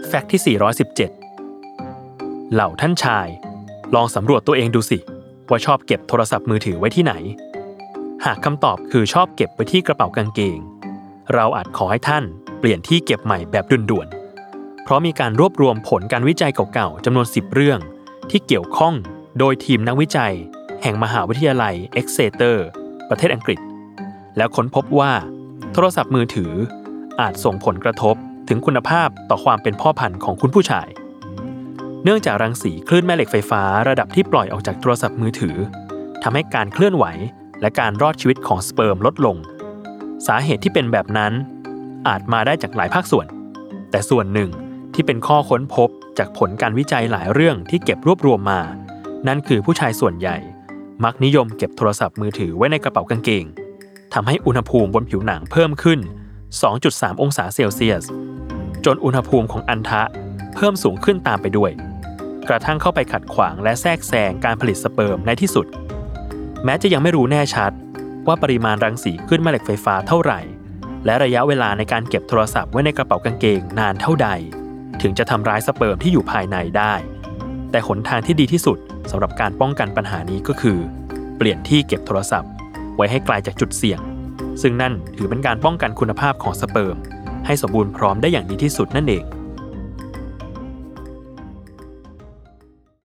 แฟกต์ที่417เหล่าท่านชายลองสำรวจตัวเองดูสิว่าชอบเก็บโทรศัพท์มือถือไว้ที่ไหนหากคำตอบคือชอบเก็บไว้ที่กระเป๋ากางเกงเราอาจขอให้ท่านเปลี่ยนที่เก็บใหม่แบบด่วนๆเพราะมีการรวบรวมผลการวิจัยเก่าๆจำนวน10เรื่องที่เกี่ยวข้องโดยทีมนักวิจัยแห่งมหาวิทยาลัยเอ็กเซเตอร์ประเทศอังกฤษแล้วค้นพบว่าโทรศัพท์มือถืออาจส่งผลกระทบถึงคุณภาพต่อความเป็นพ่อพันธุ์ของคุณผู้ชายเนื่องจากรังสีคลื่นแม่เหล็กไฟฟ้าระดับที่ปล่อยออกจากโทรศัพท์มือถือทำให้การเคลื่อนไหวและการรอดชีวิตของสเปิร์มลดลงสาเหตุที่เป็นแบบนั้นอาจมาได้จากหลายภาคส่วนแต่ส่วนหนึ่งที่เป็นข้อค้นพบจากผลการวิจัยหลายเรื่องที่เก็บรวบรวมมานั่นคือผู้ชายส่วนใหญ่มักนิยมเก็บโทรศัพท์มือถือไว้ในกระเป๋ากางเกงทำให้อุณหภูมิบนผิวหนังเพิ่มขึ้น 2.3 องศาเซลเซียสจนอุณหภูมิของอัณฑะเพิ่มสูงขึ้นตามไปด้วยกระทั่งเข้าไปขัดขวางและแทรกแซงการผลิตสเปิร์มในที่สุดแม้จะยังไม่รู้แน่ชัดว่าปริมาณรังสีคลื่นแม่เหล็กไฟฟ้าเท่าไหร่และระยะเวลาในการเก็บโทรศัพท์ไว้ในกระเป๋ากางเกงนานเท่าใดถึงจะทำร้ายสเปิร์มที่อยู่ภายในได้แต่หนทางที่ดีที่สุดสำหรับการป้องกันปัญหานี้ก็คือเปลี่ยนที่เก็บโทรศัพท์ไว้ให้ไกลจากจุดเสี่ยงซึ่งนั่นถือเป็นการป้องกันคุณภาพของสเปิร์มให้สมบูรณ์พร้อมได้อย่างดีที่สุดนั่นเอง